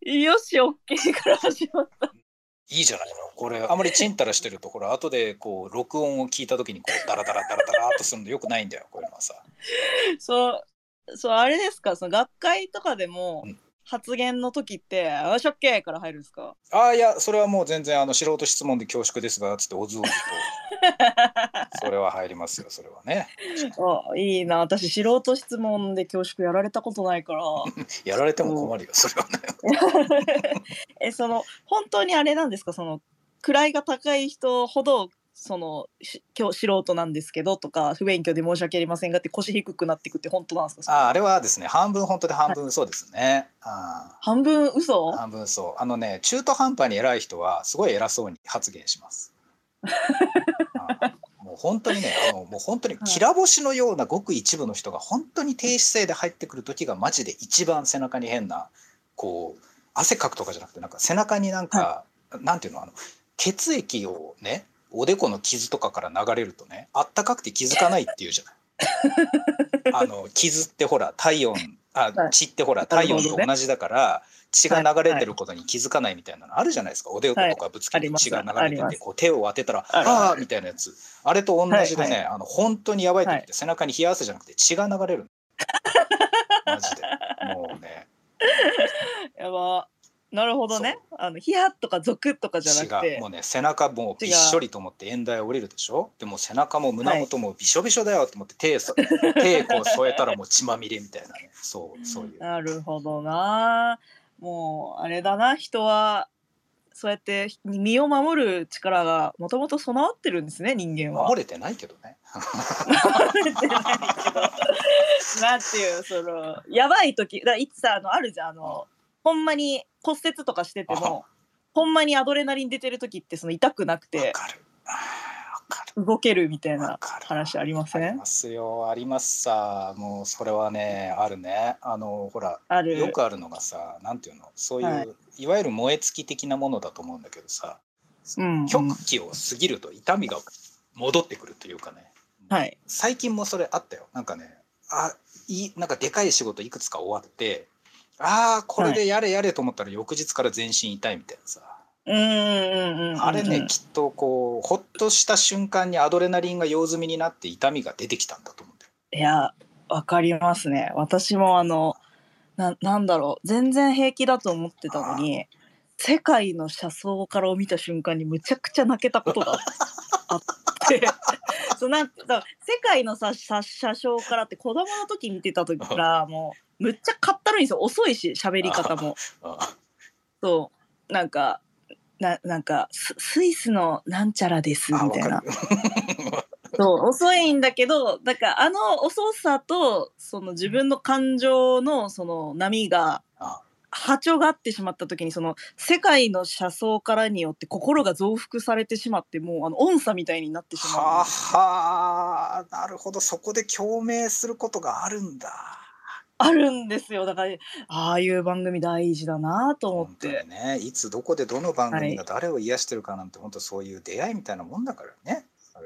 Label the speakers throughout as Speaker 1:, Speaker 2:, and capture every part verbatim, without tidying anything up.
Speaker 1: よし、オッケーから始まった。
Speaker 2: いいじゃないの。これあまりチンタラしてると、これ後でこう録音を聞いた時にこうダラダラダラダラっとするのよくないんだよ、こういうのはさ。
Speaker 1: そう、そう、あれですか、その学会とかでも
Speaker 2: うん
Speaker 1: 発言の時って「よし、オッケー」から入るんですか？
Speaker 2: ああ、いや、それはもう全然あの素人質問で恐縮ですがつっておずおずとそれは入りますよ、それはね。
Speaker 1: あ、いいな。私素人質問で恐縮やられたことないから
Speaker 2: やられても困るよ、それはね。
Speaker 1: え、その本当にあれなんですか、その位が高い人ほどそのし今日素人なんですけどとか不勉強で申し訳ありませんがって腰低くなっていくって本当なんですか？
Speaker 2: ああ、あれはですね、半分本当で半分嘘ですね。あ
Speaker 1: 半分嘘？
Speaker 2: 半分そう。あのね、中途半端に偉い人はすごい偉そうに発言します。あもう本当にね、あのもう本当にきら星のようなごく一部の人が本当に低姿勢で入ってくる時がマジで一番背中に変なこう汗かくとかじゃなくて、なんか背中になんか、はい、なんていうの、あの血液をね、おでこの傷とかから流れるとね、あったかくて気づかないっていうじゃない。あの傷ってほら体温あ血ってほら体温と同じだから血が流れてることに気づかないみたいなのあるじゃないですか。おでことかぶつけて血が流れててこう手を当てたらああみたいなやつ、あれと同じでね、あの本当にやばい時って背中に冷や汗じゃなくて血が流れる。マジでもうね。
Speaker 1: やば。なるほどね。あのヒヤッとかゾクッとかじゃなくて、
Speaker 2: もうね、背中もびっしょりと思って演台降りるでしょ。でも背中も胸元もびしょびしょだよと思って手、手こう添えたらもう血まみれみたいなね。そうそういう。
Speaker 1: なるほどな。もうあれだな、人はそうやって身を守る力がもともと備わってるんですね、人間は。
Speaker 2: 守れてないけどね。
Speaker 1: 守れてないけど、なんていうそのやばい時だ、いつさあのあるじゃん、あのほんまに骨折とかしててもほんまにアドレナリン出てる時ってその痛くなくて動けるみたいな話ありません？
Speaker 2: ありますよ、ありますさ。もうそれはねあるね。あのほら
Speaker 1: ある
Speaker 2: よくあるのがさ、なんていうの、そういう、はい、いわゆる燃え尽き的なものだと思うんだけどさ、うんうん、極期を過ぎると痛みが戻ってくるというかね、はい、最近もそれあったよ。なんかね、あいなんかでかい仕事いくつか終わって、ああこれでやれやれと思ったら翌日から全身痛いみたいなさ、
Speaker 1: うんうんうんうん、
Speaker 2: あれね、きっとこうほっとした瞬間にアドレナリンが用済みになって痛みが出てきたんだと思うんだよ。
Speaker 1: いやわかりますね。私もあの な, なんだろう、全然平気だと思ってたのに世界の車窓からを見た瞬間にむちゃくちゃ泣けたことがあってそうなんだ、世界のさ車窓からって子供の時見てた時からもうむっちゃかったるいんですよ。遅いし喋り方もそうなんかななんか ス, スイスのなんちゃらですみたいなそう遅いんだけど、だからあの遅さとその自分の感情のその波が波長が合ってしまった時に、その世界の車窓からによって心が増幅されてしまって、もうあの音差みたいになってしまうんです、ね、
Speaker 2: はあ、なるほど、そこで共鳴することがあるんだ。
Speaker 1: あるんですよ。だからああいう番組大事だなと思って。
Speaker 2: 本当にね、いつどこでどの番組が誰を癒してるかなんて、はい、本当そういう出会いみたいなもんだからね。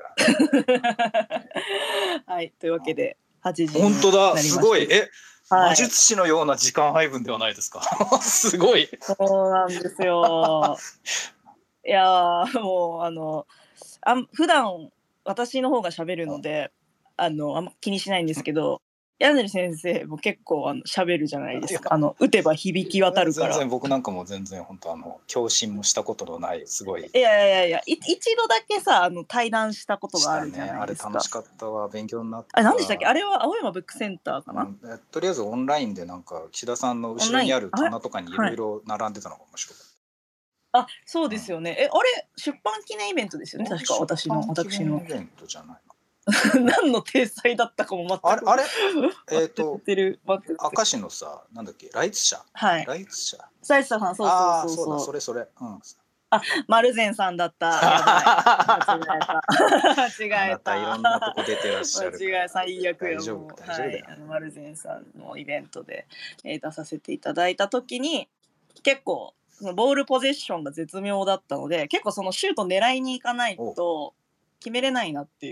Speaker 1: はい、というわけではちじになりま
Speaker 2: した。本当だ、すごい。え、
Speaker 1: はい、
Speaker 2: 魔術師のような時間配分ではないですか。すごい。
Speaker 1: そうなんですよ。いやもうあのあ普段私の方が喋るのであのあんま気にしないんですけど、柳先生も結構あの喋るじゃないですか。あの打てば響き渡るから。
Speaker 2: 全然僕なんかも全然本当あの共振もしたことのないすごい。
Speaker 1: いやいやいやい一度だけさあの対談したことがあるじゃないですか。
Speaker 2: ね、あれ楽しかったわ、勉強になった。
Speaker 1: あれ何でしたっけ？あれは青山ブックセンターかな。うん、
Speaker 2: とりあえずオンラインでなんか岸田さんの後ろにある棚とかにいろいろ並んでたのが面白かった。
Speaker 1: あ、そうですよね。え、あれ出版記念イベントですよね。確か私の私の。
Speaker 2: イベントじゃないの。
Speaker 1: 何の体裁だったかも全く。
Speaker 2: あれあれえっと明石のさなんだっけライツ社。
Speaker 1: はい。
Speaker 2: ライツ社。
Speaker 1: ライツ社さんそうそうそう
Speaker 2: そう。それそれ。うん。
Speaker 1: あ、丸善さんだった。やばい。間違えた。間違えた。
Speaker 2: いろんなとこ出てらっしゃる。
Speaker 1: 間違え最悪よ。
Speaker 2: 大丈夫大丈夫だよ。
Speaker 1: はい、あの丸善さんのイベントで、えー、出させていただいた時に結構そのボールポゼッションが絶妙だったので、結構そのシュート狙いに行かないと決めれないなっていう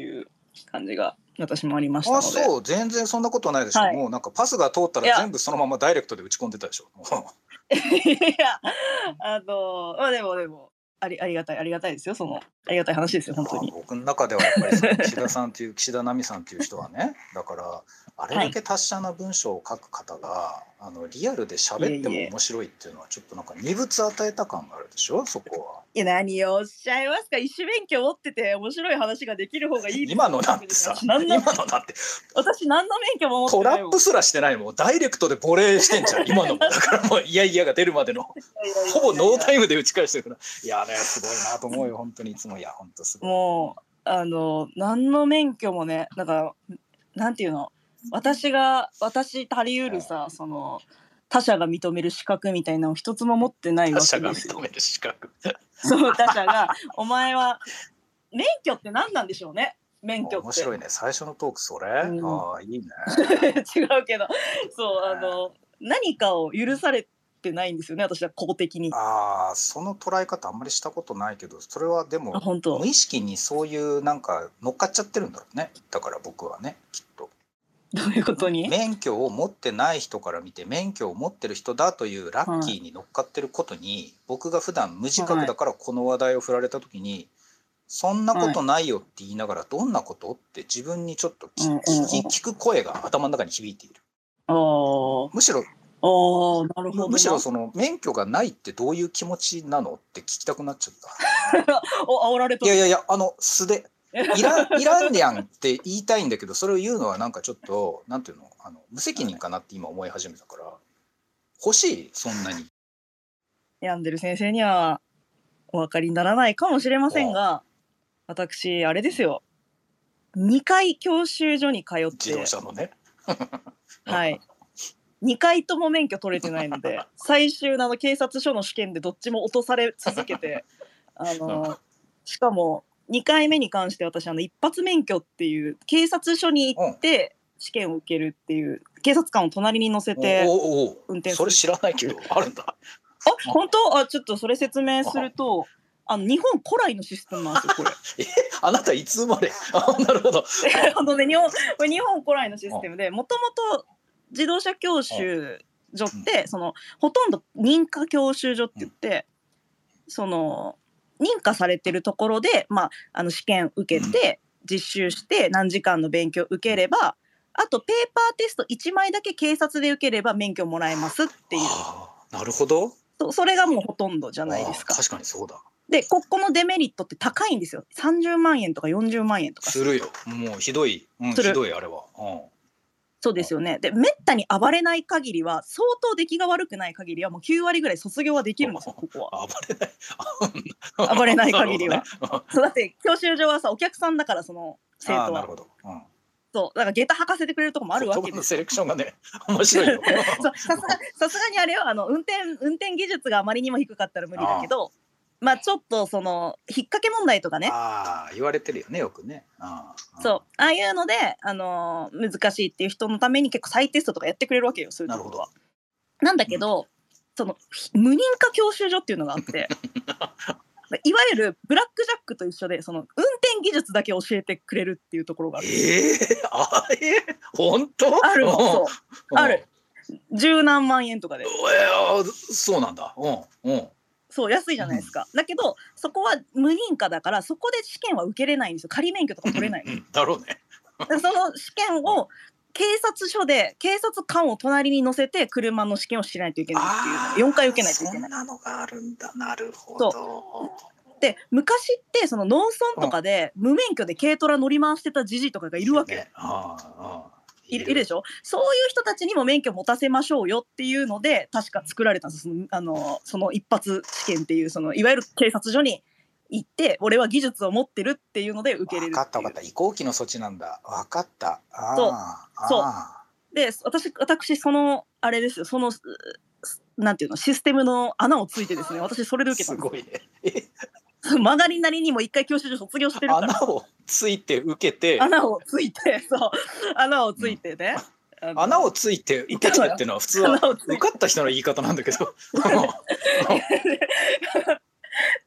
Speaker 1: 感じが私もありました
Speaker 2: あ、
Speaker 1: ので。
Speaker 2: そう全然そんなことないでしょ、
Speaker 1: はい、
Speaker 2: もうなんかパスが通った
Speaker 1: いや
Speaker 2: ら全部そのままダイレクトで打ち込んでたでしょもう
Speaker 1: いやあのまあでもでもありありがたいありがたいですよ、そのありがたい話ですよ本当に。
Speaker 2: 僕の中ではやっぱりその岸田さんという岸田奈美さんという人はね、だからあれだけ達者な文章を書く方が、あのリアルで喋っても面白いっていうのはちょっとなんか二物与えた感があるでしょそこは。
Speaker 1: いや何をおっしゃいますか、医師免許持ってて面白い話ができる方がいいですよ。
Speaker 2: 今のなんてさ、
Speaker 1: 何の
Speaker 2: 今のなんて
Speaker 1: 私何の免許も持って
Speaker 2: ト
Speaker 1: ないもん。
Speaker 2: ラップすらしてないもん、ダイレクトでボレーしてんじゃん今のも。だからもういやいやが出るまでのほぼノータイムで打ち返してるから、いやねすごいなと思うよ本当にいつも。いや本当すごい。
Speaker 1: もうあの何の免許もね、だからなんていうの、私が私足りうるさ、その他者が認める資格みたいなのを一つも持ってないわけですよ。
Speaker 2: 他者が認める資格
Speaker 1: そう他者がお前は免許って何なんでしょうね。免許って
Speaker 2: 面白いね最初のトークそれ、うん、ああいいね
Speaker 1: 違うけどそうあの何かを許されてないんですよね、私は公的に。
Speaker 2: ああその捉え方あんまりしたことないけど、それはでも
Speaker 1: 本当
Speaker 2: 無意識にそういうなんか乗っかっちゃってるんだろうね。だから僕はねきっと
Speaker 1: どういうことに、
Speaker 2: 免許を持ってない人から見て免許を持ってる人だというラッキーに乗っかってることに、はい、僕が普段無自覚だからこの話題を振られた時に、はい、そんなことないよって言いながらどんなことって自分にちょっと聞、うんうんうん、聞く声が頭の中に響いている。
Speaker 1: あ
Speaker 2: むしろ
Speaker 1: あなるほど、
Speaker 2: むしろその免許がないってどういう気持ちなのって聞きたくなっちゃった。
Speaker 1: お煽られとる。
Speaker 2: いやいやいやあの素でいらんいらんやんって言いたいんだけど、それを言うのはなんかちょっとなんていうの、あの無責任かなって今思い始めたから、欲しいそんなに。
Speaker 1: 病んでる先生にはお分かりにならないかもしれませんが、私あれですよ、にかい教習所に通って
Speaker 2: 自動車のね
Speaker 1: はいにかいとも免許取れてないので最終のあの警察署の試験でどっちも落とされ続けてあのしかもにかいめに関して私あの一発免許っていう警察署に行って試験を受けるっていう、警察官を隣に乗せて運転する。
Speaker 2: それ知らないけどあるんだ。
Speaker 1: あ本当？あちょっとそれ説明すると、あの日本古来のシステムなんですよこれ。
Speaker 2: えあなたいつ生まれあなるほど
Speaker 1: あの、ね、日本これ日本古来のシステムで、もともと自動車教習所って、うん、そのほとんど認可教習所って言って、うん、その認可されてるところで、まあ、あの試験受けて、うん、実習して何時間の勉強受ければ、あとペーパーテストいちまいだけ警察で受ければ免許もらえますっていう。
Speaker 2: なるほど。
Speaker 1: そ, それがもうほとんどじゃないですか。
Speaker 2: 確かにそうだ。
Speaker 1: でここのデメリットって高いんですよ。さんじゅうまんえんとかよんじゅうまんえんとか
Speaker 2: するよ。もうひどい、うん、ひどいあれは、うん、
Speaker 1: そうですよね。でめったに暴れない限りは、相当出来が悪くない限りはもうきゅうわりぐらい卒業はできるんですよここは。
Speaker 2: 暴れない
Speaker 1: 暴れない限りは、ね、そうだって教習所はさお客さんだから、その生徒は。
Speaker 2: なるほど、うん、
Speaker 1: そうだから下駄履かせてくれるとこもあるわけですよ。
Speaker 2: のセレクションがね面白いよ
Speaker 1: さすがさすがにあれはあの運転運転技術があまりにも低かったら無理だけど、まあちょっとその引っ掛け問題とかね、
Speaker 2: あ言われてるよねよくね。あ
Speaker 1: そうああいうので、あのー、難しいっていう人のために結構再テストとかやってくれるわけよ、そういうところは。 な, なんだけど、うん、その無認可教習所っていうのがあっていわゆるブラックジャックと一緒で、その運転技術だけ教えてくれるっていうところがある。
Speaker 2: えー、あえー、本当
Speaker 1: あるの、そうある十何万円とかで。
Speaker 2: えー、そうなんだ。うんうん
Speaker 1: そう安いじゃないですか、うん、だけどそこは無認可だから、そこで試験は受けれないんですよ。仮免許とか取れないの、うん、
Speaker 2: だろうね
Speaker 1: その試験を警察署で警察官を隣に乗せて車の試験をしないといけないっていう、よんかい受けないといけない。
Speaker 2: そんなのがあるんだ。なるほど。
Speaker 1: で昔ってその農村とかで無免許で軽トラ乗り回してたじじいとかがいるわけ、ね、ああいるでしょ。そういう人たちにも免許持たせましょうよっていうので確か作られたんです。その、あのその一発試験っていう、そのいわゆる警察署に行って俺は技術を持ってるっていうので受けれるっていう。分かった分かった、
Speaker 2: 移行期の措置なんだ。分かった。あ
Speaker 1: そうそうで私私そのあれですよ、そのなんていうのシステムの穴をついてですね、私それで受けたんですよ。
Speaker 2: すごいね
Speaker 1: 曲がりなりにも一回教習所卒業してるから。
Speaker 2: 穴をついて受けて
Speaker 1: 穴をついてそう穴をついてね、
Speaker 2: うん、穴をついて受けてっていうのは普通は受かった人の言い方なんだけど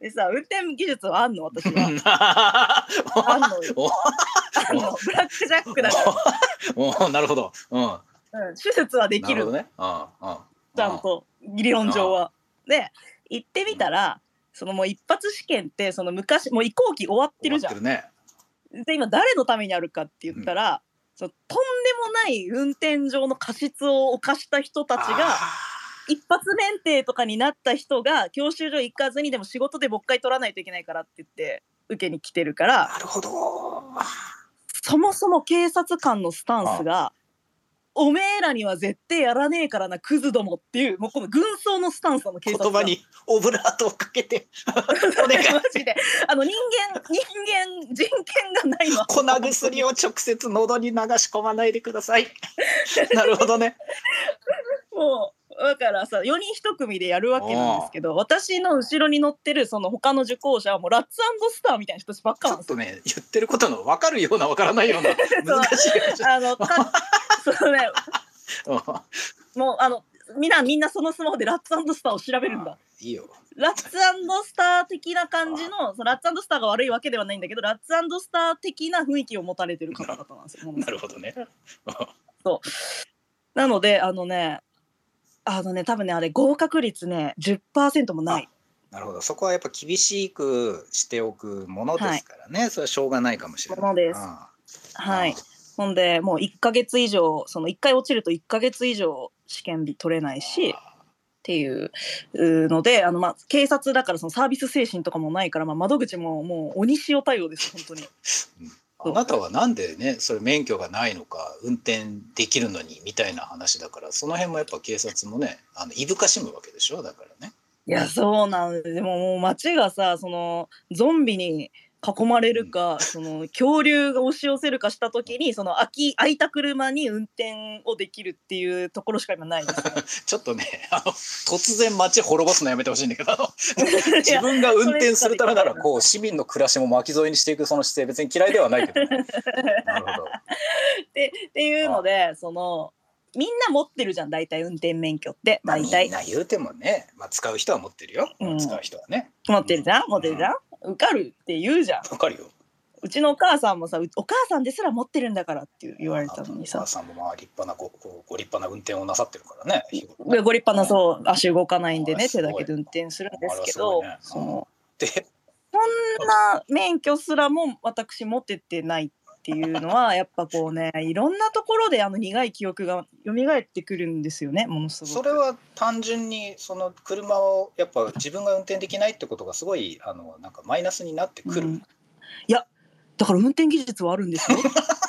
Speaker 1: でさ、運転技術はあんの私は。
Speaker 2: あ
Speaker 1: あんのよ。あんの。ブラックジャックだから。
Speaker 2: おお、なるほど。うん。うん、
Speaker 1: 手術はできる。
Speaker 2: なるほどね。うんうん。
Speaker 1: ちゃんと理論上は。で、行ってみたら、そのもう一発試験ってその昔もう移行期終わってるじゃん。
Speaker 2: 終わってるね。
Speaker 1: で今誰のためにあるかって言ったら、うん、そのとんでもない運転上の過失を犯した人たちが一発免停とかになった人が教習所行かずにでも仕事でもう一回取らないといけないからって言って受けに来てるから。
Speaker 2: なるほど。
Speaker 1: そもそも警察官のスタンスがおめえらには絶対やらねえからなクズどもっていうもうこの軍曹のスタンスの警察
Speaker 2: 言葉にオブラートをかけてお願い
Speaker 1: マジであの人間人間人権がないの。
Speaker 2: 粉薬を直接喉に流し込まないでください。なるほどね。
Speaker 1: もうだからさよにんいち組でやるわけなんですけど、私の後ろに乗ってるその他の受講者はもうラッツ&スターみたいな人たちばっかなんですよ。
Speaker 2: ちょっとね言ってることの分かるような分からないような難しい
Speaker 1: あのかそうねもうあのみんなみんなそのスマホでラッツ&スターを調べるんだ。
Speaker 2: いいよ。
Speaker 1: ラッツ&スター的な感じの、そのラッツ&スターが悪いわけではないんだけど、ラッツ&スター的な雰囲気を持たれてる方々なんですよ。
Speaker 2: なるほどね。
Speaker 1: そうなのであのねあのね多分ねあれ合格率ね じゅっパーセント もない。
Speaker 2: なるほど、そこはやっぱ厳しくしておくものですからね、はい、それはしょうがないかもしれない。
Speaker 1: ものです。はい。ほんでもういっかげつ以上そのいっかい落ちるといっかげつ以上試験日取れないしっていうのであの、まあ、警察だからそのサービス精神とかもないから、まあ、窓口ももう鬼塩対応です本当に。
Speaker 2: あなたはなんでねそれ免許がないのか運転できるのにみたいな話だからその辺もやっぱ警察もねあのいぶかしむわけでしょ。だからね。
Speaker 1: いやそうなんでももう街がさそのゾンビに囲まれるか、うん、その恐竜が押し寄せるかした時にその空き空いた車に運転をできるっていうところしか今ないです、ね、
Speaker 2: ちょっとねあの突然街滅ぼすのやめてほしいんだけど自分が運転するためならこう市民の暮らしも巻き添えにしていくその姿勢別に嫌いではないけどね。なるほど。
Speaker 1: でっていうのでそのみんな持ってるじゃん大体運転免許って大体、
Speaker 2: まあ、みんな言うてもね、まあ、使う人は持ってるよ、うん、使う人はね
Speaker 1: 持ってるじゃん持ってるじゃん、うん、受かるって言うじゃん。
Speaker 2: 受かるよ。
Speaker 1: うちのお母さんもさお母さんですら持ってるんだからって言われたのにさ
Speaker 2: お母さんもまあ立派な ご, ご立派な運転をなさってるからね。
Speaker 1: ご立派なそう足動かないんでね手だけで運転するんですけど、ね、そのでそんな免許すらも私持ってってないっていうのはやっぱこうねいろんなところであの苦い記憶が蘇ってくるんですよねものすごく。
Speaker 2: それは単純にその車をやっぱ自分が運転できないってことがすごいあのなんかマイナスになってくる、うん、
Speaker 1: いやだから運転技術はあるんですよ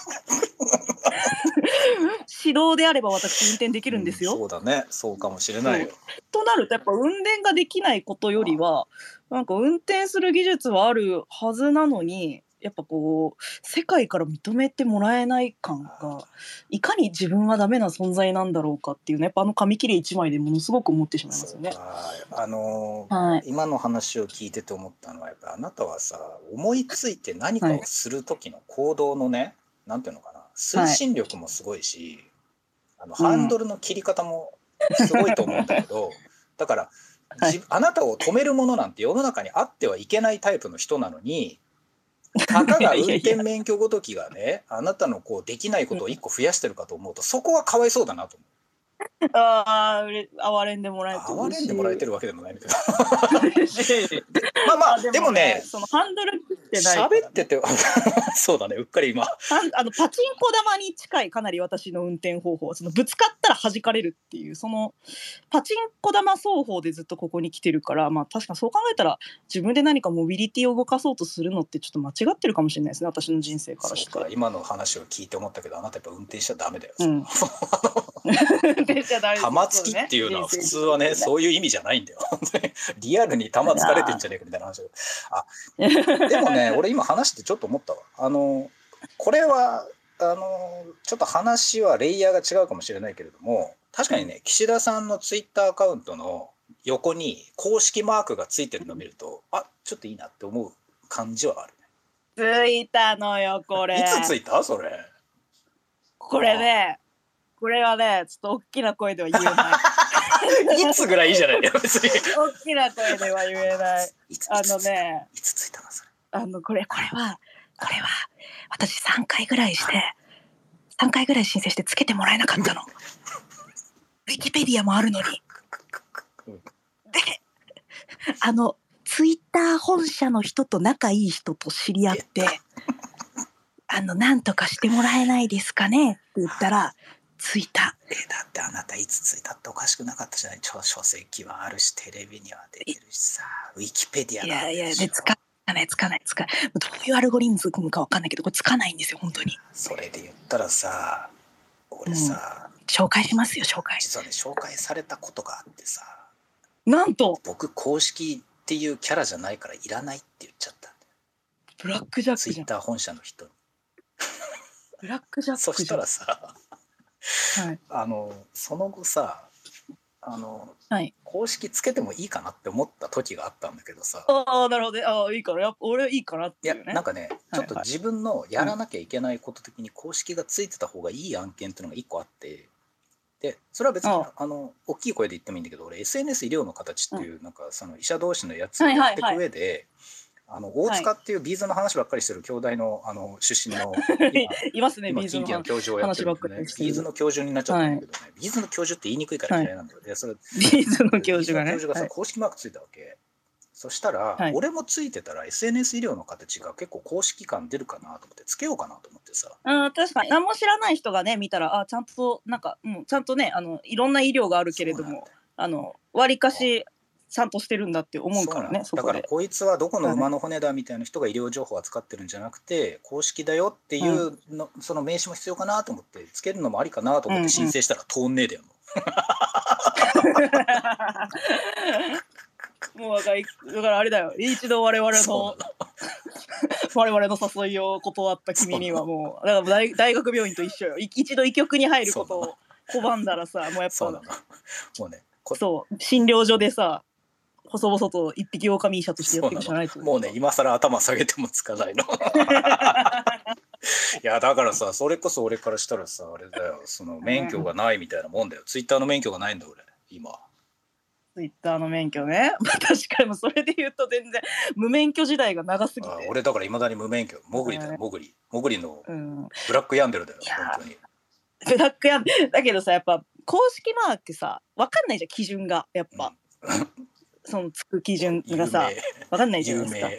Speaker 1: 指導であれば私運転できるんですよ、
Speaker 2: うん、そうだねそうかもしれないよ。
Speaker 1: となるとやっぱ運転ができないことよりはなんか運転する技術はあるはずなのにやっぱこう世界から認めてもらえない感がいかに自分はダメな存在なんだろうかっていうねやっぱあの紙切れ一枚でものすごく思ってしまいますよね。
Speaker 2: あのーはい、今の話を聞いてて思ったのはやっぱあなたはさ思いついて何かをする時の行動のね、はい、なんていうのかな推進力もすごいし、はい、あのハンドルの切り方もすごいと思うんだけど、うん、だから、はい、あなたを止めるものなんて世の中にあってはいけないタイプの人なのにたかが運転免許ごときがねいやいやあなたのこうできないことをいっこ増やしてるかと思うとそこはかわいそうだなと思う。
Speaker 1: ああ、哀れんでもらえて
Speaker 2: 哀れんでもらえてるわけでもないんだけどまあまあでもね
Speaker 1: そのハンドル切ってない
Speaker 2: 喋っててそうだねうっかり今
Speaker 1: あのパチンコ玉に近いかなり私の運転方法はそのぶつかったら弾かれるっていうそのパチンコ玉奏法でずっとここに来てるからまあ確かにそう考えたら自分で何かモビリティを動かそうとするのってちょっと間違ってるかもしれないですね私の人生からして。
Speaker 2: そうか今の話を聞いて思ったけどあなたやっぱ運転しちゃダメだよ、うん、玉突きっていうのは普通はねそういう意味じゃないんだよリアルに玉突かれてんじゃねえかみたいな話あでもね俺今話してちょっと思ったわあのこれはあのちょっと話はレイヤーが違うかもしれないけれども確かにね岸田さんのツイッターアカウントの横に公式マークがついてるのを見るとあちょっといいなって思う感じはあるね。
Speaker 1: ついたのよこれ。
Speaker 2: いつついたそれ。
Speaker 1: これねこれはねちょっと大きな声では言えない
Speaker 2: いつぐらいいいじゃないよ別に。
Speaker 1: 大きな声では言えない。
Speaker 2: いつ
Speaker 1: あのね、
Speaker 2: いつついたのそれ。
Speaker 1: あのこれこれはこれは私さんかいぐらいしてさんかいぐらい申請してつけてもらえなかったの。ウィキペディアもあるのに。で、あのツイッター本社の人と仲いい人と知り合って、あのなんとかしてもらえないですかねって言ったらついた。
Speaker 2: えだってあなたいつついたっておかしくなかったじゃない。書籍はあるしテレビには出てるしさ、ウィキペディア
Speaker 1: い
Speaker 2: なんでしょ。
Speaker 1: やいやでつかないつかないつかない。どういうアルゴリズムかわかんないけどこれつかないんですよ本当に。
Speaker 2: それで言ったらさ、俺さ、
Speaker 1: うん、紹介しますよ紹介。
Speaker 2: 実はね紹介されたことがあってさ、
Speaker 1: なんと
Speaker 2: 僕公式っていうキャラじゃないからいらないって言っちゃったんだよ。
Speaker 1: ブラックジャック
Speaker 2: ツイ
Speaker 1: じゃん。
Speaker 2: ッター本社の人に。
Speaker 1: ブラックジャックじゃん。
Speaker 2: そしたらさ、
Speaker 1: はい、
Speaker 2: あのその後さ、あの、
Speaker 1: はい、
Speaker 2: 公式つけてもいいかなって思った時があったんだけどさ。
Speaker 1: ああなるほどね。ああいいからやっぱ俺いいかなっていうね。
Speaker 2: いやなんかね、ちょっと自分のやらなきゃいけないこと的に公式がついてた方がいい案件っていうのがいっこあって、でそれは別に あ, あの大きい声で言ってもいいんだけど、俺 エスエヌエス 医療の形っていう、うん、なんかその医者同士のやつをやっていく上で、はいはいはい、あの大塚っていうビーズの話ばっかりしてる兄弟のあの出身の
Speaker 1: いますね、
Speaker 2: 今近畿の教授をやってるんで、ね、ビーズの教授になっちゃったんだけどね、はい、ビーズの教授って言いにくいから嫌いなんだよ、はい、それ
Speaker 1: ビーズの教授がね、
Speaker 2: ビーズの教授がさ、はい、公式マークついたわけ。そしたら、はい、俺もついてたら エスエヌエス 医療の形が結構公式感出るかなと思ってつけようかなと思ってさ。
Speaker 1: うん、確かに何も知らない人がね見たら、あちゃんとなんか、うん、ちゃんとねあのいろんな医療があるけれども、あの割かしちゃんとしてるんだって思うからね。そ
Speaker 2: だからこいつはどこの馬の骨だみたいな人が医療情報を扱ってるんじゃなくて、はい、公式だよっていうの、うん、その名刺も必要かなと思ってつけるのもありかなと思って申請したら通んねえだよ、
Speaker 1: うんうん、もうだからだからあれだよ、一度我々の我々の誘いを断った君にはもうだから 大, 大学病院と一緒よ。一度医局に入ることを拒んだらさ、もうやっぱ
Speaker 2: そうなのもうね、
Speaker 1: そう診療所でさ細々と一匹狼医者としてやっていくしかないと
Speaker 2: もうね今更頭下げてもつかないのいやだからさ、それこそ俺からしたらさあれだよ、その免許がないみたいなもんだよ。ツイッターの免許がないんだ俺今。
Speaker 1: ツイッターの免許ね、まあ、確かにそれで言うと全然無免許時代が長すぎて。
Speaker 2: あ俺だからいまだに無免許、モグリだよ、モグリモグリのブラックヤンデルだよ、うん、本当に
Speaker 1: ブラックヤンデルだけどさ、やっぱ公式マークさ分かんないじゃん基準がやっぱ、うん、そのつく基準がさ分かんないじゃないですか。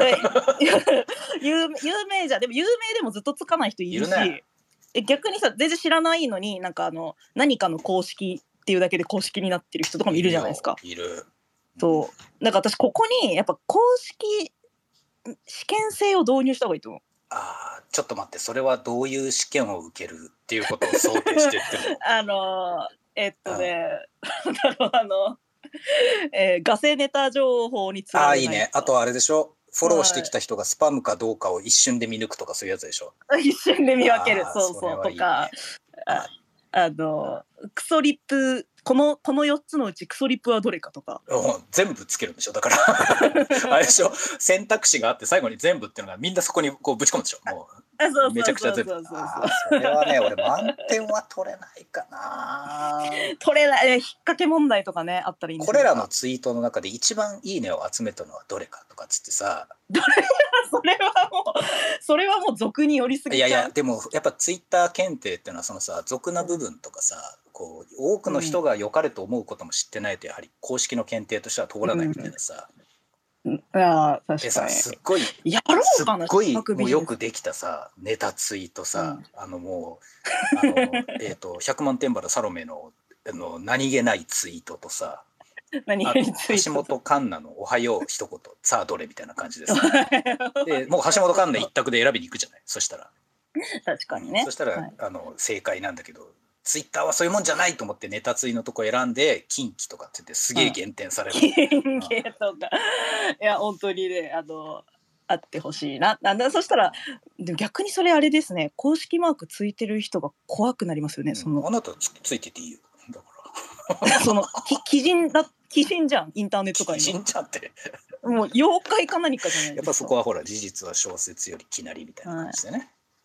Speaker 1: 有名有名じゃん。でも有名でもずっとつかない人いるし、いるね、逆にさ全然知らないのになんかあの何かの公式っていうだけで公式になってる人とかもいるじゃないですか。
Speaker 2: いる。
Speaker 1: そうだから私ここにやっぱ公式試験制を導入した方がいいと思う。
Speaker 2: あーちょっと待って、それはどういう試験を受けるっていうことを想定してってるの
Speaker 1: あのえっとねあの、えー、ガセネタ情報につられない。
Speaker 2: あいいね。あとあれでしょ、フォローしてきた人がスパムかどうかを一瞬で見抜くとかそういうやつでしょ。
Speaker 1: 一瞬で見分ける、そうそう、いいね、とか あ, あのクソリップこのこのよっつのうちクソリップはどれかとか、
Speaker 2: うん、全部つけるんでしょ。だからあれでしょ、選択肢があって最後に全部っていうのがみんなそこにこうぶち込むでしょ。もうめちゃくちゃ全部。それはね俺満点は取れないかな
Speaker 1: 取れない、引っ掛け問題とかねあったらいいんですよ。
Speaker 2: これらのツイートの中で一番いいねを集めたのはどれかとかっつってさ、
Speaker 1: どれそれはもうそれはもう俗に寄りすぎちゃう。
Speaker 2: いやいやでもやっぱツイッター検定っていうのはそのさ俗な部分とかさ、こう多くの人が良かれと思うことも知ってないとやはり公式の検定としては通らないみたいなさ、
Speaker 1: うんうん、いや確かに
Speaker 2: でさすっごい
Speaker 1: やろうかな、
Speaker 2: すっごいもうよくできたさネタツイートさ、うん、あのもうあのえっとひゃくまん点原サロメのあの何気ないツイートとさ
Speaker 1: 何気ないツイート
Speaker 2: 橋本環奈のおはよう一言さあどれみたいな感じです、ね、でもう橋本環奈一択で選びに行くじゃない。そしたら
Speaker 1: 確かにね、
Speaker 2: そしたら、はい、あの正解なんだけどツイッターはそういうもんじゃないと思ってネタツイのとこ選んで近畿とかって言ってすげえ減点される、
Speaker 1: 近畿とかいや本当にねあのあってほしいな。なんだそしたらでも逆にそれあれですね、公式マークついてる人が怖くなりますよね、うん、その
Speaker 2: あなた つ, ついてていいよだから
Speaker 1: その基準だ基準じゃんインターネット界の
Speaker 2: 基準じゃんって
Speaker 1: もう妖怪か何かじゃないですか。
Speaker 2: やっぱそこはほら事実は小説よりきなりみたいな感じでね、はい、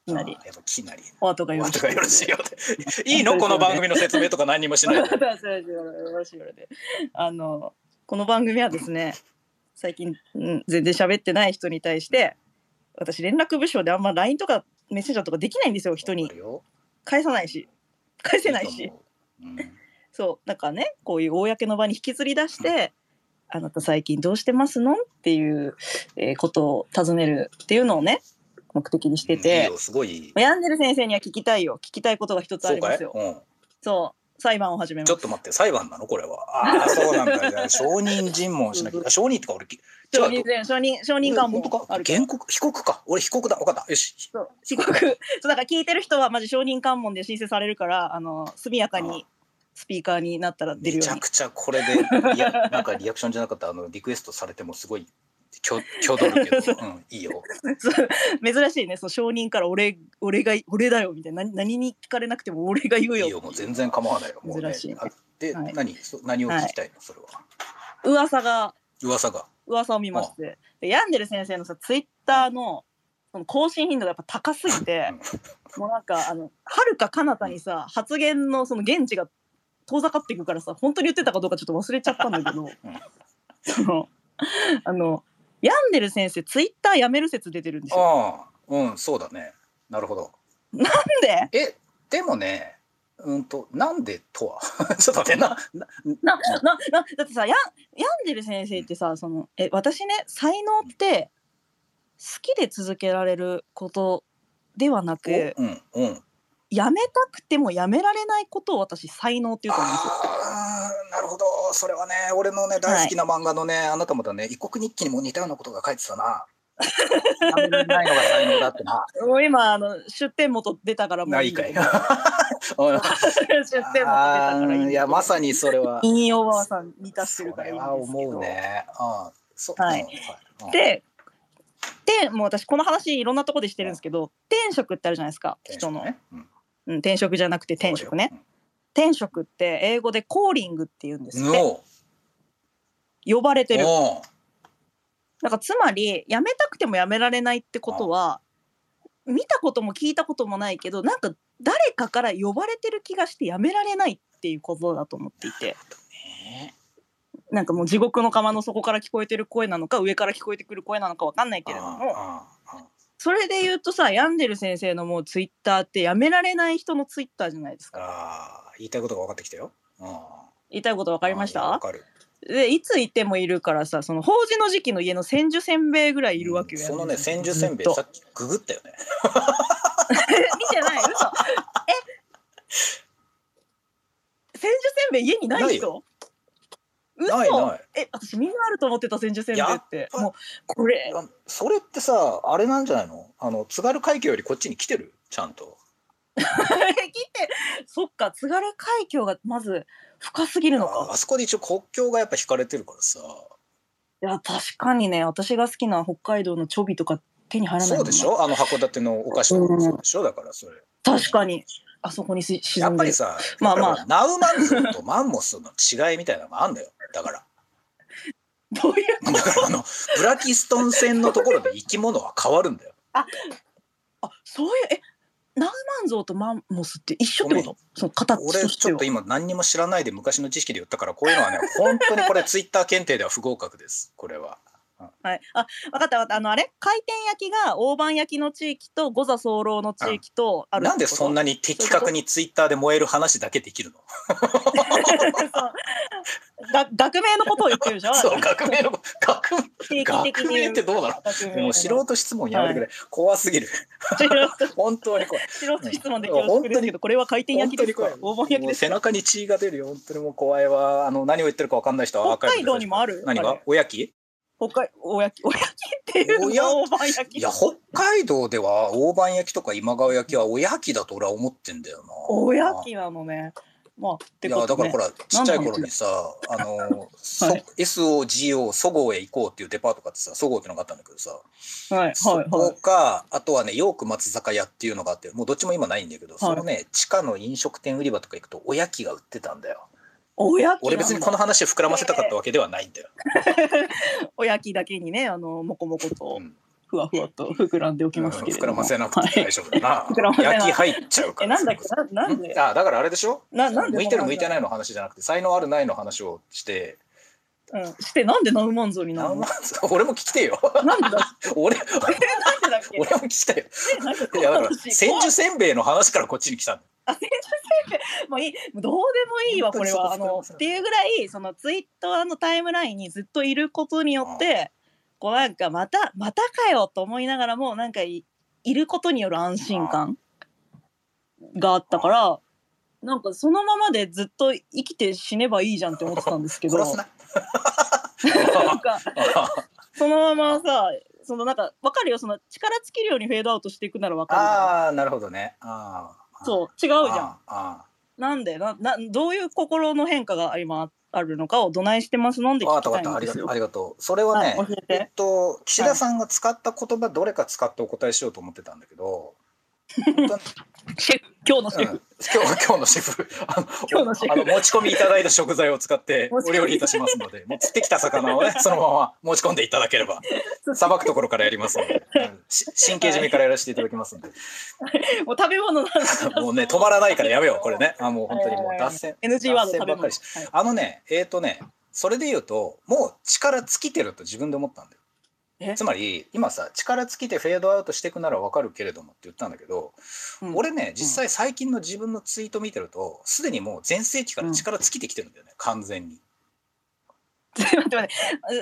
Speaker 1: きなり
Speaker 2: やっぱきなり
Speaker 1: お後がよ
Speaker 2: お
Speaker 1: ろしい
Speaker 2: 後がよろしいよっていいのこの番組の説明とか何にもしないで
Speaker 1: よろしいようで、あのこの番組はですね、最近、うん、全然喋ってない人に対して、私連絡部署であんま ライン とかメッセンジャーとかできないんですよ。人に返さないし返せないし、
Speaker 2: いいと思う、うん、
Speaker 1: そうだからね、こういう公の場に引きずり出して、あなた最近どうしてますのっていう、えーことを尋ねるっていうのをね目的にしてて、
Speaker 2: うん、いいよすごい
Speaker 1: ヤンデル先生には聞きたいよ聞きたいことが一つありますよ。
Speaker 2: そうかい、うん、
Speaker 1: そう裁判を始めます。
Speaker 2: ちょっと待って、裁判なのこれは。ああそうなんだ。証人尋問しなきゃ。証人とか俺
Speaker 1: 証人証人証人喚問あるから。
Speaker 2: 原告被告か。俺被告だ。分かった。よし。
Speaker 1: そう被告そうだから聞いてる人はマジ証人喚問で申請されるから、あの速やかにスピーカーになったら出るように。
Speaker 2: めちゃくちゃこれでリアなんかリアクションじゃなかったあのリクエストされてもすごいきょ挙取るけど、うん、いいよ。
Speaker 1: 珍しいね、その証人から俺俺が俺だよみたいな、何何に聞かれなくても俺が言うよ。
Speaker 2: いいよ、もう全然構わないよ。もうね、
Speaker 1: 珍しいね。
Speaker 2: で、はい、何何を聞きたいの、はい、それは。
Speaker 1: 噂が
Speaker 2: 噂が
Speaker 1: 噂を見まして、でヤンデル先生のさツイッターのその更新頻度がやっぱ高すぎて、うん、もうなんかあの遥か彼方にさ発言のその現地が遠ざかっていくからさ、本当に言ってたかどうかちょっと忘れちゃったんだけど、うん、そのあのヤンデル先生ツイッターやめる説出てるんですよ。
Speaker 2: ああ、うんそうだね。なるほど。
Speaker 1: なんで？
Speaker 2: えでもね。うんとなんでとはちょっと待ってな
Speaker 1: ななななだってさヤンヤンデル先生ってさ、そのえ私ね才能って好きで続けられることではなく、
Speaker 2: うんうん、
Speaker 1: やめたくてもやめられないことを私才能って言うと思うんですよ。
Speaker 2: ああなるほど、それはね俺のね大好きな漫画のね、はい、あなたもだね異国日記にも似たようなことが書いてたな。やめられないのが才能だってな。
Speaker 1: もう今あの出典元出たからもういいんだけど。出典元出たからいいんだけど。
Speaker 2: いやまさにそれは。
Speaker 1: 引用ばあさん満たしてるからいいんですけど。
Speaker 2: それは思うね。あそ
Speaker 1: はい。うん、で、でもう私この話いろんなとこでしてるんですけど、うん、天職ってあるじゃないですか、人の、ねうんうん。天職じゃなくて天職ね。うん、天職って英語でコーリングって言うんですって。呼ばれてる。だからつまりやめたくてもやめられないってことは、見たことも聞いたこともないけど、なんか誰かから呼ばれてる気がしてやめられないっていうことだと思っていて、なんかもう地獄の釜の底から聞こえてる声なのか上から聞こえてくる声なのか分かんないけれども、それで言うとさ、ヤンデル先生のもうツイッターってやめられない人のツイッターじゃないですか。
Speaker 2: あ言いたいことが分かってきたよ。
Speaker 1: 言いたいこと分かりました？
Speaker 2: 分かる。
Speaker 1: でいついてもいるからさ、その法事の時期の家の千住せんべいぐらいいるわけよ、
Speaker 2: うん、そのね千住せんべいさっきググったよね。
Speaker 1: 見てない？嘘。え千住せんべい家にない人？嘘。
Speaker 2: ないない。
Speaker 1: え私みんなあると思ってた千住せんべいって。もうこれ
Speaker 2: それってさあれなんじゃないの？あの津軽海峡よりこっちに来てるちゃんと。
Speaker 1: 来てそっか、津軽海峡がまず深すぎるのか。
Speaker 2: あ, あそこで一応国境がやっぱ引かれてるからさ。
Speaker 1: いや確かにね、私が好きな北海道のチョビとか手に入らないもん。
Speaker 2: そうでしょ、あの函館のお菓子とかそうでしょ、うん、だからそれ
Speaker 1: 確かにあそこに沈んで
Speaker 2: やっぱりさ、まあまあナウマンゾウとマンモスの違いみたいなのがあるんだよ。だから
Speaker 1: どういうこと？
Speaker 2: だからあのブラキストン線のところで生き物は変わるんだよ。
Speaker 1: ああそういうえナウマンゾウとマンモスって一緒ってこと？その形としては。
Speaker 2: 俺ちょっと今何にも知らないで昔の知識で言ったから、こういうのはね本当にこれツイッター検定では不合格です。これは。
Speaker 1: はい、あ分かった分かった。あのあれ回転焼きが大判焼きの地域と五座候の地域とある。
Speaker 2: なんでそんなに的確にツイッターで燃える話だけできるの？
Speaker 1: が学名のことを言ってるでしょ。
Speaker 2: そう学名の学学名ってどうなの？もう素人質問やめてくれ、はい、怖すぎる。本当に怖い。
Speaker 1: 素人質問で恐縮ですけど、これは回転焼きですか？大判焼きですか？
Speaker 2: 背中に血が出るよ。本当にもう怖いわ。あの何を言ってるか分かんない人は
Speaker 1: 北海道にもある。
Speaker 2: 何が？おやき？
Speaker 1: 北海おやきおやきっていうの大判焼き。
Speaker 2: いや北海道では大判焼きとか今川焼きはおやきだと俺は思ってんだよな。
Speaker 1: おやきなのね。まあってことね。
Speaker 2: いやだからほらちっちゃい頃にさあの、はい、エスオージーオー そごうへ行こうっていうデパートがあってさ、そごうってのがあったんだけどさ、
Speaker 1: はいはいはい、
Speaker 2: そこかあとはねヨーク松坂屋っていうのがあって、もうどっちも今ないんだけど、はい、そのね地下の飲食店売り場とか行くとおやきが売ってたんだよ。
Speaker 1: おやき
Speaker 2: 俺別にこの話を膨らませたかったわけではないんだよ。
Speaker 1: おやきだけにね、あのもこもこと、うん、 ふわふわと膨らんでおきますけれども、
Speaker 2: うん、膨らませなくて大丈夫だな、
Speaker 1: はい、膨らませな
Speaker 2: 焼き入っちゃうから。
Speaker 1: え、なんだっけ、な、なんで、
Speaker 2: あ、だからあれでしょ、
Speaker 1: な、なんで
Speaker 2: 向いてる向いてないの話じゃなくて才能あるないの話をして、
Speaker 1: うん、してなんでナウマンゾウになるの？
Speaker 2: 俺も聞きてよ。
Speaker 1: なんでだ
Speaker 2: 俺
Speaker 1: なんでだっけ？
Speaker 2: 俺も聞きたいよ。
Speaker 1: え、なんか
Speaker 2: いやだから千住せんべいの話からこっちに来たんだよ。
Speaker 1: あ、千住せんべい、もういい、どうでもいいわこれは。あのっていうぐらいそのツイッターのタイムラインにずっといることによって、こうなんかまたまたかよと思いながらもなんか い, いることによる安心感があったから。なんかそのままでずっと生きて死ねばいいじゃんって思ってたんですけどなんかそのままさ、そのなんか分かるよ、その力尽きるようにフェードアウトしていくなら分かる。
Speaker 2: ああ、なるほどね。あ
Speaker 1: そう違うじゃん。ああなんでななどういう心の変化が今あるのかをどないしてますのんで聞きたいんですよ。
Speaker 2: ありがとう。それはね、
Speaker 1: はい、教えて。
Speaker 2: えっと岸田さんが使った言葉どれか使ってお答えしようと思ってたんだけど、
Speaker 1: 今日のシェフ、うん、
Speaker 2: 今日今日のシェフあの今日のシェフあの持ち込みいただいた食材を使ってお料理いたしますので、もう釣ってきた魚をねそのまま持ち込んでいただければさばくところからやりますので、うん、神経締めからやらせていただきますので、
Speaker 1: もう食べ物の
Speaker 2: もうね止まらないからやめようこれね。あもう本当にもう脱線
Speaker 1: エヌジー ワード
Speaker 2: 脱線ばっかりし、はい、あのねえっ、ー、とねそれで言うともう力尽きてると自分で思ったんだよ。つまり今さ力尽きてフェードアウトしていくなら分かるけれどもって言ったんだけど、うん、俺ね実際最近の自分のツイート見てるとすでにもう全盛期から力尽きてきてるんだよね、うん、完全に。
Speaker 1: 待って待って、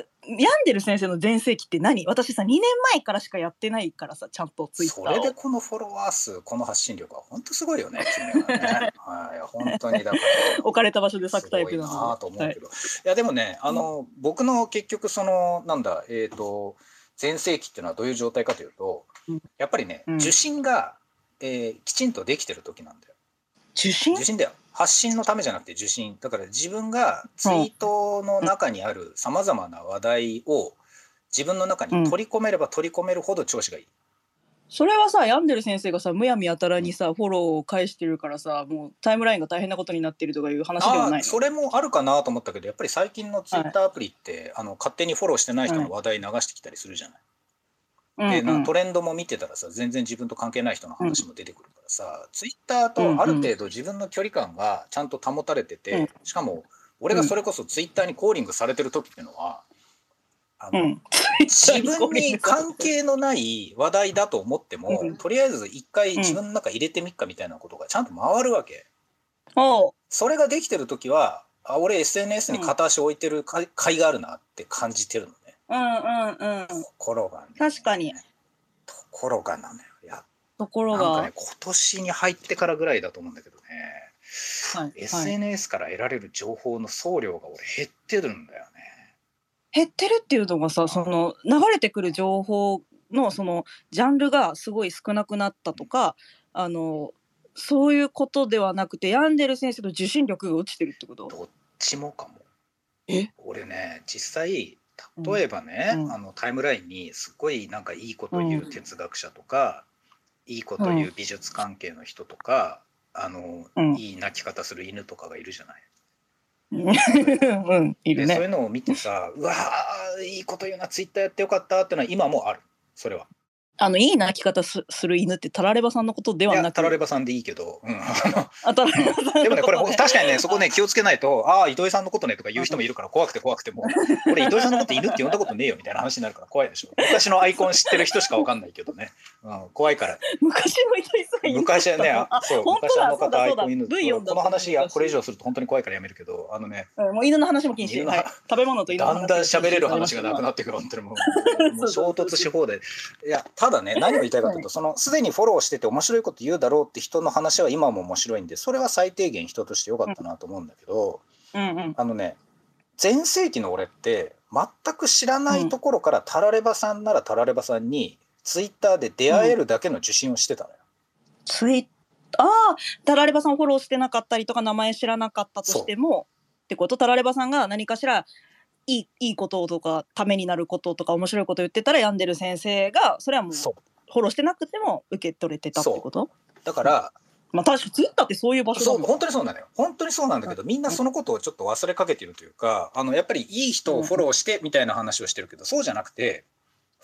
Speaker 1: 病んでる先生の全盛期って何？私さにねんまえからしかやってないからさ、ちゃんとツイッターを。
Speaker 2: それでこのフォロワー数この発信力は本当すごいよね君はね。はい、本当にだから
Speaker 1: 置かれた場所で咲くタイプなので。
Speaker 2: すごいなと思うけど、はい、いやでもねあの、うん、僕の結局そのなんだえっ、ー、と全盛期っていうのはどういう状態かというと、うん、やっぱりね、うん、受信が、えー、きちんとできてる時なんだよ。
Speaker 1: 受信？
Speaker 2: 受信だよ。発信のためじゃなくて受信だから、自分がツイートの中にあるさまざまな話題を自分の中に取り込めれば取り込めるほど調子がいい。
Speaker 1: それはさ病んでる先生がさむやみやたらにさフォローを返してるからさ、もうタイムラインが大変なことになってるとかいう話ではないの？
Speaker 2: あそれもあるかなと思ったけど、やっぱり最近のツイッターアプリって、はい、あの勝手にフォローしてない人の話題流してきたりするじゃない。でなトレンドも見てたらさ全然自分と関係ない人の話も出てくるからさ、うん、ツイッターとある程度自分の距離感がちゃんと保たれてて、うん、しかも俺がそれこそツイッターにコーリングされてる時っていうのは、あのうん、自分に関係のない話題だと思っても、うん、とりあえず一回自分の中入れてみっかみたいなことがちゃんと回るわけ、うん、それができてる時はあ俺 エスエヌエス に片足置いてる甲斐があるなって感じてるのね。
Speaker 1: うんうんうん。
Speaker 2: ところがね。
Speaker 1: 確かに。
Speaker 2: ところがなのよ。や
Speaker 1: ところが。
Speaker 2: なんかね今年に入ってからぐらいだと思うんだけどね。
Speaker 1: はい、
Speaker 2: エスエヌエス から得られる情報の総量が俺減ってるんだよね。
Speaker 1: 減ってるっていうのがさ、その流れてくる情報のそのジャンルがすごい少なくなったとか、あのそういうことではなくて病んでる先生の受信力が落ちてるってこと？
Speaker 2: どっちもかも。
Speaker 1: え？
Speaker 2: 俺ね実際例えばね、うん、あのタイムラインにすっごいなんかいいこと言う哲学者とか、うん、いいこと言う美術関係の人とか、あの、うん、いい泣き方する犬とかがいるじゃない。
Speaker 1: うん、いるね。
Speaker 2: でそういうのを見てさうわーいいこと言うなツイッターやってよかったってのは今もある。それは
Speaker 1: あのいい泣き方 す, する犬ってタラレバさんのことではなく、いや
Speaker 2: タラレバさんでいいけど、うん、
Speaker 1: あタラレバさんのこと、ね、
Speaker 2: でもねこれ確かにねそこね気をつけないとああ糸井さんのことねとか言う人もいるから怖くて怖くても俺糸井さんのこと犬って呼んだことねえよみたいな話になるから怖いでしょ。昔のアイコン知ってる人しか分かんないけどね、うん、怖いから。
Speaker 1: 昔の糸井さん犬
Speaker 2: 昔はねそう昔あの方アイコン犬、この話やこれ以上すると本当に怖いからやめるけど、あのね、
Speaker 1: うん、もう犬の話も禁止、はい、食べ物と犬の話
Speaker 2: だんだん喋れる話がなくなってくる本当にもうもう衝突し放題。いやただね何を言いたいかというと、そのすでにフォローしてて面白いこと言うだろうって人の話は今も面白いんで、それは最低限人としてよかったなと思うんだけど、うんうん、あのね全盛期の俺って全く知らないところからタラレバさんならタラレバさんにツイッターで出会えるだけの受信をしてたのよ、うん、
Speaker 1: ツイああタラレバさんフォローしてなかったりとか名前知らなかったとしてもってこと、タラレバさんが何かしらいい、いいこととかためになることとか面白いこと言ってたら病んでる先生がそれはもうフォローしてなくても受け取れてたってこと？
Speaker 2: だから、
Speaker 1: まあ、確かにツイッターってそういう場所だもん。
Speaker 2: そう本当にそうなんだよ。本当にそうなんだけど、みんなそのことをちょっと忘れかけてるというか、あのやっぱりいい人をフォローしてみたいな話をしてるけど、そうじゃなくて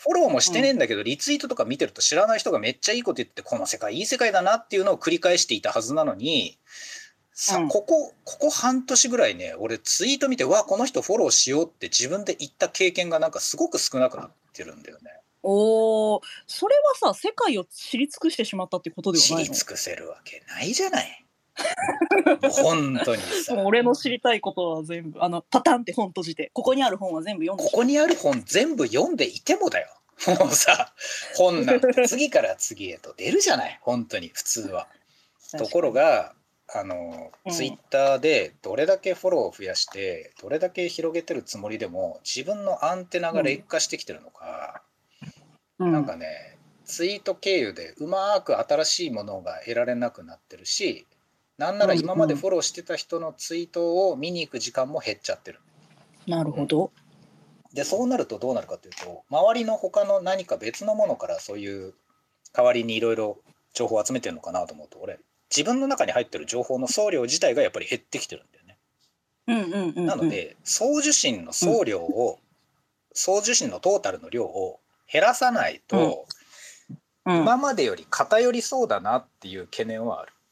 Speaker 2: フォローもしてねえんだけど、リツイートとか見てると知らない人がめっちゃいいこと言ってて、この世界いい世界だなっていうのを繰り返していたはずなのに、さ、
Speaker 1: うん
Speaker 2: ここここ半年ぐらいね、俺ツイート見て、わこの人フォローしようって自分で言った経験がなんかすごく少なくなってるんだよね。
Speaker 1: おお、それはさ、世界を知り尽くしてしまったってことでは
Speaker 2: 知
Speaker 1: ないの？
Speaker 2: り尽くせるわけないじゃない。もう本当にさ。
Speaker 1: もう俺の知りたいことは全部あのパタンって本閉じて、ここにある本は全部読んで
Speaker 2: ここにある本全部読んでいてもだよ。もうさ、本なんて次から次へと出るじゃない、本当に普通は。ところが、あの、
Speaker 1: うん、
Speaker 2: ツイッターでどれだけフォローを増やしてどれだけ広げてるつもりでも、自分のアンテナが劣化してきてるのか、うん、なんかね、ツイート経由でうまく新しいものが得られなくなってるし、なんなら今までフォローしてた人のツイートを見に行く時間も減っちゃってる。
Speaker 1: なるほど。
Speaker 2: でそうなるとどうなるかというと、周りの他の何か別のものからそういう代わりにいろいろ情報を集めてるのかなと思うと、俺自分の中に入ってる情報の総量自体がやっぱり減ってきてるんだよね。
Speaker 1: うんうんうんうん、
Speaker 2: なので送受信の総量を、うん、送受信のトータルの量を減らさないと、うんうん、今までより偏りそうだなっていう懸念はある。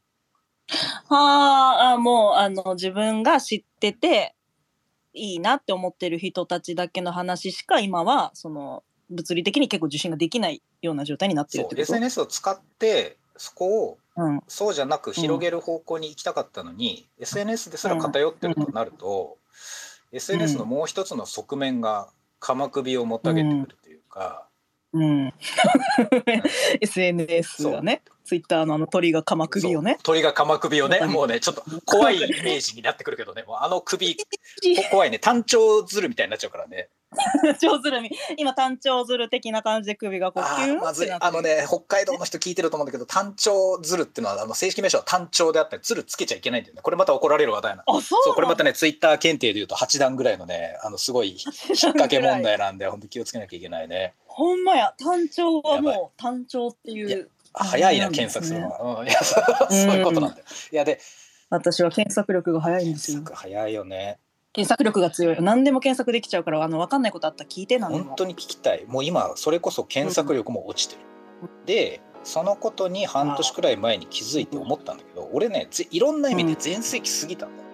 Speaker 1: はあ、もうあの自分が知ってていいなって思ってる人たちだけの話しか今はその物理的に結構受信ができないような状態になってるってこと？
Speaker 2: そう、エスエヌエス を使ってそこを、うん、そうじゃなく広げる方向に行きたかったのに、うん、エスエヌエス ですら偏ってるとなると、うん、エスエヌエス のもう一つの側面が鎌首をもたげてくるというか、
Speaker 1: うんうん、エスエヌエス がね、ツイッターのあの鳥が鎌首をね、
Speaker 2: 鳥が鎌首をね、もうねちょっと怖いイメージになってくるけどね、もうあの首怖いね、単調ズルみたいになっちゃうからね。
Speaker 1: 単調ズルみ今単調ズル的な感じで首がこうキュンってなって、
Speaker 2: まずい、あのね、北海道の人聞いてると思うんだけど、単調ズルっていうのはあの正式名称は単調であったり、ズルつけちゃいけないんだよね。これまた怒られる話題な。
Speaker 1: あ、そう。
Speaker 2: そう、これまたねツイッター検定でいうとはち段ぐらいのね、あのすごい引っ掛け問題なんで、本当気をつけなきゃいけないね。
Speaker 1: ほんまや、単調はもう単調っていう。いや
Speaker 2: 早いな、検索するのは。うん、いやそういうことなんだよ。いやで、
Speaker 1: 私は検索力が早いんですよ。
Speaker 2: 検索早いよね。
Speaker 1: 検索力が強い。何でも検索できちゃうから、あの分かんないことあったら聞いて。なんでも
Speaker 2: 本当に聞きたい。もう今それこそ検索力も落ちてる。うん、でそのことに半年くらい前に気づいて思ったんだけど、俺ねいろんな意味で全盛期過ぎたんだよ。